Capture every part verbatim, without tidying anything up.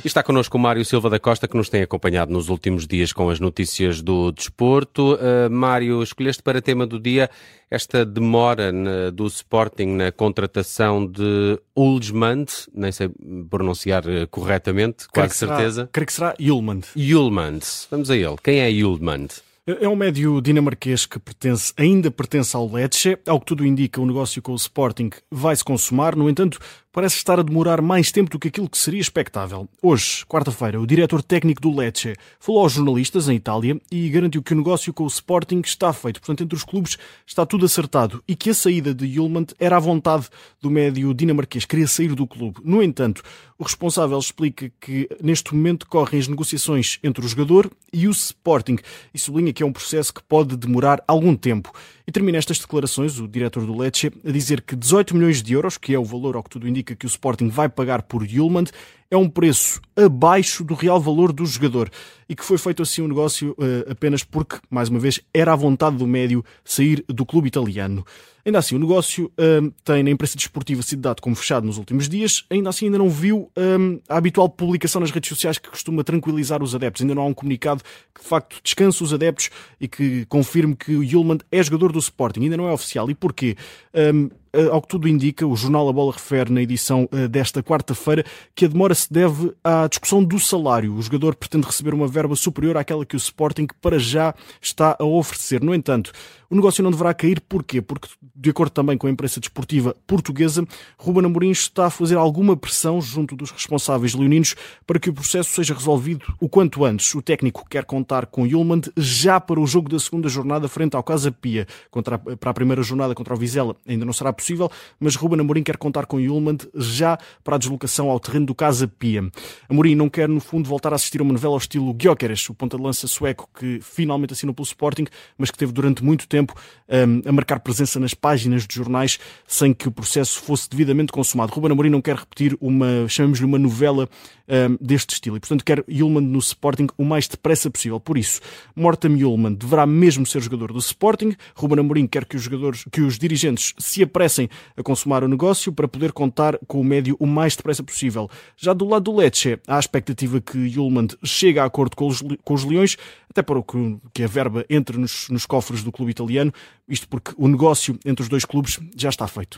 E está connosco o Mário Silva da Costa, que nos tem acompanhado nos últimos dias com as notícias do desporto. Uh, Mário, escolheste para tema do dia esta demora na, do Sporting na contratação de Ullmann, nem sei pronunciar uh, corretamente, quase certeza. Creio que será Ullmann. Ullmann. Vamos a ele. Quem é Ullmann? É um médio dinamarquês que pertence, ainda pertence ao Lecce. Ao que tudo indica, o negócio com o Sporting vai se consumar. No entanto, parece estar a demorar mais tempo do que aquilo que seria expectável. Hoje, quarta-feira, o diretor técnico do Lecce falou aos jornalistas em Itália e garantiu que o negócio com o Sporting está feito. Portanto, entre os clubes está tudo acertado e que a saída de Ullmann era à vontade do médio dinamarquês. Queria sair do clube. No entanto, o responsável explica que neste momento correm as negociações entre o jogador e o Sporting e sublinha que é um processo que pode demorar algum tempo. E termina estas declarações, o diretor do Lecce, a dizer que dezoito milhões de euros, que é o valor ao que tudo indica que o Sporting vai pagar por Ullmann, é um preço abaixo do real valor do jogador e que foi feito assim um negócio uh, apenas porque, mais uma vez, era à vontade do médio sair do clube italiano. Ainda assim, o negócio uh, tem na imprensa desportiva sido dado como fechado nos últimos dias, ainda assim ainda não viu um, a habitual publicação nas redes sociais que costuma tranquilizar os adeptos. Ainda não há um comunicado que de facto descanse os adeptos e que confirme que o Ullmann é jogador do Sporting. Ainda não é oficial. E porquê? Um, Ao que tudo indica, o jornal A Bola refere na edição desta quarta-feira que a demora se deve à discussão do salário. O jogador pretende receber uma verba superior àquela que o Sporting para já está a oferecer. No entanto, o negócio não deverá cair. Porquê? Porque, de acordo também com a imprensa desportiva portuguesa, Ruben Amorim está a fazer alguma pressão junto dos responsáveis leoninos para que o processo seja resolvido o quanto antes. O técnico quer contar com Ullmann já para o jogo da segunda jornada frente ao Casa Pia. Contra a, para a primeira jornada contra o Vizela ainda não será possível. Possível, mas Ruben Amorim quer contar com Ullmann já para a deslocação ao terreno do Casa Pia. Amorim não quer, no fundo, voltar a assistir a uma novela ao estilo Gyökeres, o ponta-de-lança sueco que finalmente assinou pelo Sporting, mas que teve durante muito tempo um, a marcar presença nas páginas de jornais sem que o processo fosse devidamente consumado. Ruben Amorim não quer repetir uma, chamemos-lhe uma novela um, deste estilo e, portanto, quer Ullmann no Sporting o mais depressa possível. Por isso, Morten Ullmann deverá mesmo ser jogador do Sporting. Ruben Amorim quer que os jogadores, que os dirigentes se apressem a consumar o negócio para poder contar com o médio o mais depressa possível. Já do lado do Lecce, há a expectativa que Ullmann chegue a acordo com os, com os Leões, até para que, que a verba entre nos, nos cofres do clube italiano, isto porque o negócio entre os dois clubes já está feito.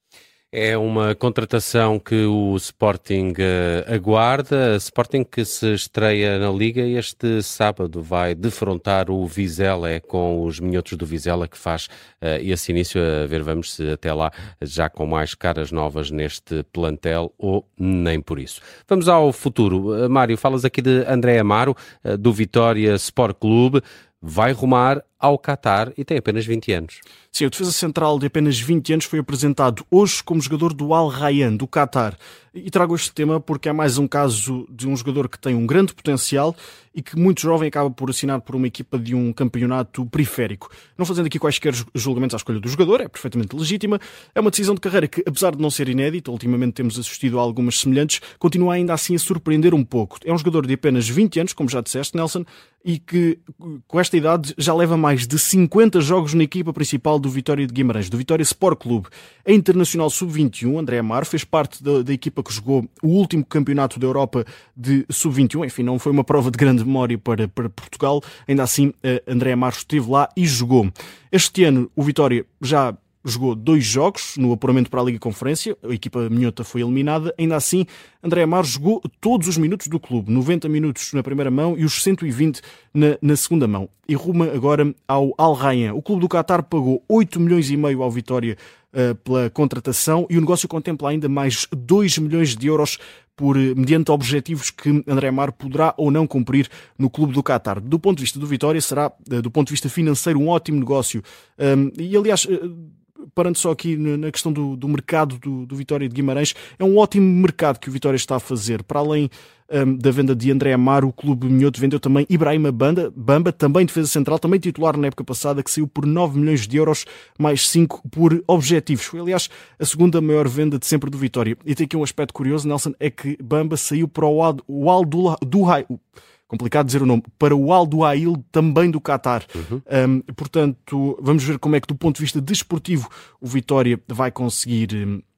É uma contratação que o Sporting uh, aguarda. Sporting que se estreia na Liga este sábado vai defrontar o Vizela, é com os minhotos do Vizela que faz uh, esse início. A ver, vamos se até lá já com mais caras novas neste plantel ou nem por isso. Vamos ao futuro. Uh, Mário, falas aqui de André Amaro, uh, do Vitória Sport Clube. Vai rumar ao Qatar e tem apenas vinte anos. Sim, o defesa central de apenas vinte anos foi apresentado hoje como jogador do Al Rayyan, do Qatar. E trago este tema porque é mais um caso de um jogador que tem um grande potencial e que muito jovem acaba por assinar por uma equipa de um campeonato periférico. Não fazendo aqui quaisquer julgamentos à escolha do jogador, é perfeitamente legítima. É uma decisão de carreira que, apesar de não ser inédita, ultimamente temos assistido a algumas semelhantes, continua ainda assim a surpreender um pouco. É um jogador de apenas vinte anos, como já disseste, Nelson, e que com esta idade já leva mais de cinquenta jogos na equipa principal do Vitória de Guimarães, do Vitória Sport Clube. É internacional sub vinte e um, André Amaro fez parte da, da equipa que jogou o último campeonato da Europa de sub vinte e um, enfim, não foi uma prova de grande memória para, para Portugal, ainda assim André Amaro esteve lá e jogou. Este ano o Vitória já jogou dois jogos no apuramento para a Liga Conferência, a equipa minhota foi eliminada, ainda assim André Amaro jogou todos os minutos do clube, noventa minutos na primeira mão e os cento e vinte na, na segunda mão. E ruma agora ao Al Rayyan. O clube do Qatar pagou oito milhões e meio ao Vitória uh, pela contratação e o negócio contempla ainda mais dois milhões de euros por, mediante objetivos que André Amaro poderá ou não cumprir no clube do Qatar. Do ponto de vista do Vitória, será, do ponto de vista financeiro, um ótimo negócio. Um, e, aliás, parando só aqui na questão do, do mercado do, do Vitória de Guimarães, é um ótimo mercado que o Vitória está a fazer. Para além um, da venda de André Amaro, o clube minhoto vendeu também Ibrahima Banda, Bamba, também defesa central, também titular na época passada, que saiu por nove milhões de euros, mais cinco por objetivos. Foi, aliás, a segunda maior venda de sempre do Vitória. E tem aqui um aspecto curioso, Nelson, é que Bamba saiu para o Al Duhail, complicado dizer o nome, para o Al Duhail, também do Qatar. Uhum. Um, portanto, vamos ver como é que, do ponto de vista desportivo, o Vitória vai conseguir um,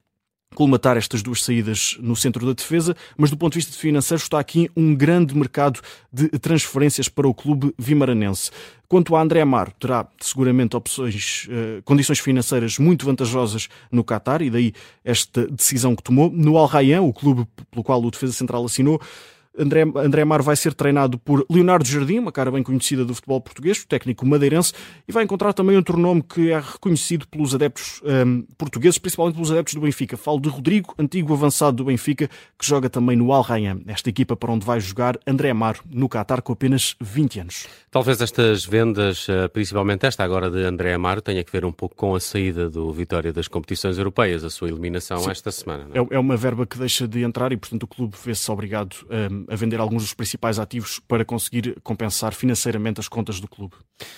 colmatar estas duas saídas no centro da defesa, mas do ponto de vista financeiro está aqui um grande mercado de transferências para o clube vimaranense. Quanto a André Amaro, terá seguramente opções, eh, condições financeiras muito vantajosas no Qatar, e daí esta decisão que tomou. No Al Rayyan, o clube pelo qual o defesa central assinou, André, André Amaro vai ser treinado por Leonardo Jardim, uma cara bem conhecida do futebol português, o técnico madeirense, e vai encontrar também outro nome que é reconhecido pelos adeptos um, portugueses, principalmente pelos adeptos do Benfica. Falo de Rodrigo, antigo avançado do Benfica, que joga também no Al Rayyan, esta equipa para onde vai jogar André Amaro, no Qatar, com apenas vinte anos. Talvez estas vendas, principalmente esta agora de André Amaro, tenha que ver um pouco com a saída do Vitória das competições europeias, a sua eliminação Sim. esta semana. Não é? É uma verba que deixa de entrar e, portanto, o clube vê-se obrigado um, a vender alguns dos principais ativos para conseguir compensar financeiramente as contas do clube.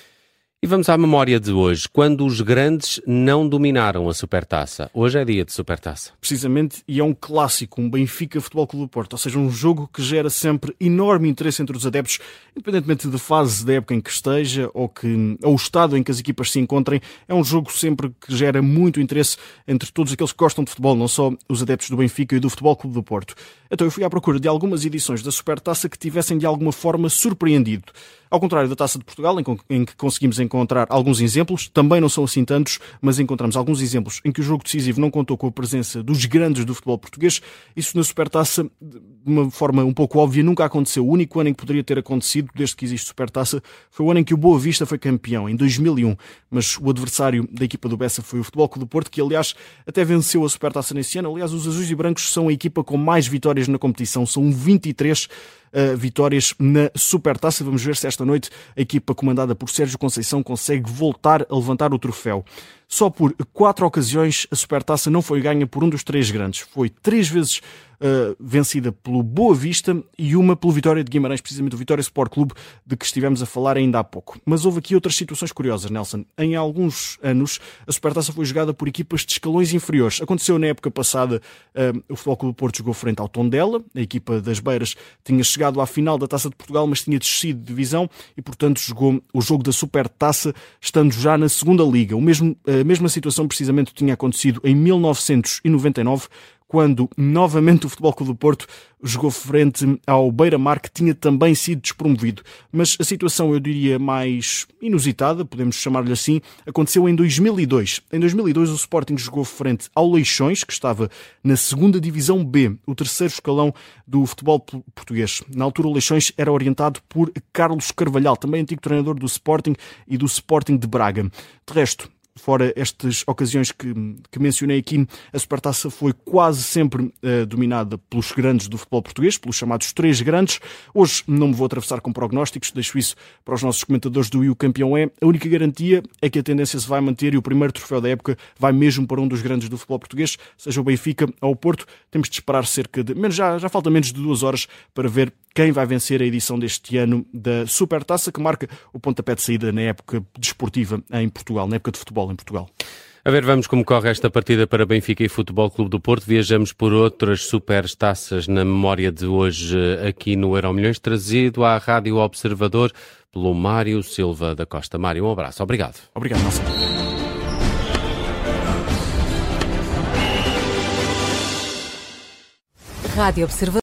E vamos à memória de hoje, quando os grandes não dominaram a Supertaça. Hoje é dia de Supertaça. Precisamente, e é um clássico, um Benfica Futebol Clube do Porto, ou seja, um jogo que gera sempre enorme interesse entre os adeptos, independentemente da fase da época em que esteja ou, que, ou o estado em que as equipas se encontrem. É um jogo sempre que gera muito interesse entre todos aqueles que gostam de futebol, não só os adeptos do Benfica e do Futebol Clube do Porto. Então eu fui à procura de algumas edições da Supertaça que tivessem de alguma forma surpreendido. Ao contrário da Taça de Portugal, em que conseguimos encontrar alguns exemplos, também não são assim tantos, mas encontramos alguns exemplos em que o jogo decisivo não contou com a presença dos grandes do futebol português. Isso na Supertaça, de uma forma um pouco óbvia, nunca aconteceu. O único ano em que poderia ter acontecido, desde que existe Supertaça, foi o ano em que o Boa Vista foi campeão, em dois mil e um. Mas o adversário da equipa do Bessa foi o Futebol Clube do Porto, que aliás até venceu a Supertaça nesse ano. Aliás, os azuis e brancos são a equipa com mais vitórias na competição, são vinte e três Uh, vitórias na Supertaça. Vamos ver se esta noite a equipa comandada por Sérgio Conceição consegue voltar a levantar o troféu. Só por quatro ocasiões a Supertaça não foi ganha por um dos três grandes. Foi três vezes uh, vencida pelo Boa Vista e uma pelo Vitória de Guimarães, precisamente o Vitória Sport Clube, de que estivemos a falar ainda há pouco. Mas houve aqui outras situações curiosas, Nelson. Em alguns anos a Supertaça foi jogada por equipas de escalões inferiores. Aconteceu na época passada, uh, o Futebol Clube do Porto jogou frente ao Tondela, a equipa das Beiras tinha chegado à final da Taça de Portugal, mas tinha descido de divisão e, portanto, jogou o jogo da Supertaça, estando já na segunda Liga. O mesmo, a mesma situação, precisamente, tinha acontecido em mil novecentos e noventa e nove, quando novamente o Futebol Clube do Porto jogou frente ao Beira-Mar, que tinha também sido despromovido. Mas a situação, eu diria, mais inusitada, podemos chamar-lhe assim, aconteceu em dois mil e dois. Em dois mil e dois o Sporting jogou frente ao Leixões, que estava na segunda Divisão B, o terceiro escalão do futebol português. Na altura o Leixões era orientado por Carlos Carvalhal, também antigo treinador do Sporting e do Sporting de Braga. De resto, fora estas ocasiões que, que mencionei aqui, a Supertaça foi quase sempre uh, dominada pelos grandes do futebol português, pelos chamados três grandes. Hoje não me vou atravessar com prognósticos, deixo isso para os nossos comentadores do E o Campeão é. A única garantia é que a tendência se vai manter e o primeiro troféu da época vai mesmo para um dos grandes do futebol português, seja o Benfica ou o Porto. Temos de esperar cerca de... menos já, já falta menos de duas horas para ver quem vai vencer a edição deste ano da Supertaça, que marca o pontapé de saída na época desportiva em Portugal, na época de futebol em Portugal. A ver, vamos como corre esta partida para Benfica e Futebol Clube do Porto. Viajamos por outras supertaças na memória de hoje aqui no Euromilhões, trazido à Rádio Observador pelo Mário Silva da Costa. Mário, um abraço. Obrigado. Obrigado, Nelson. Rádio Observador.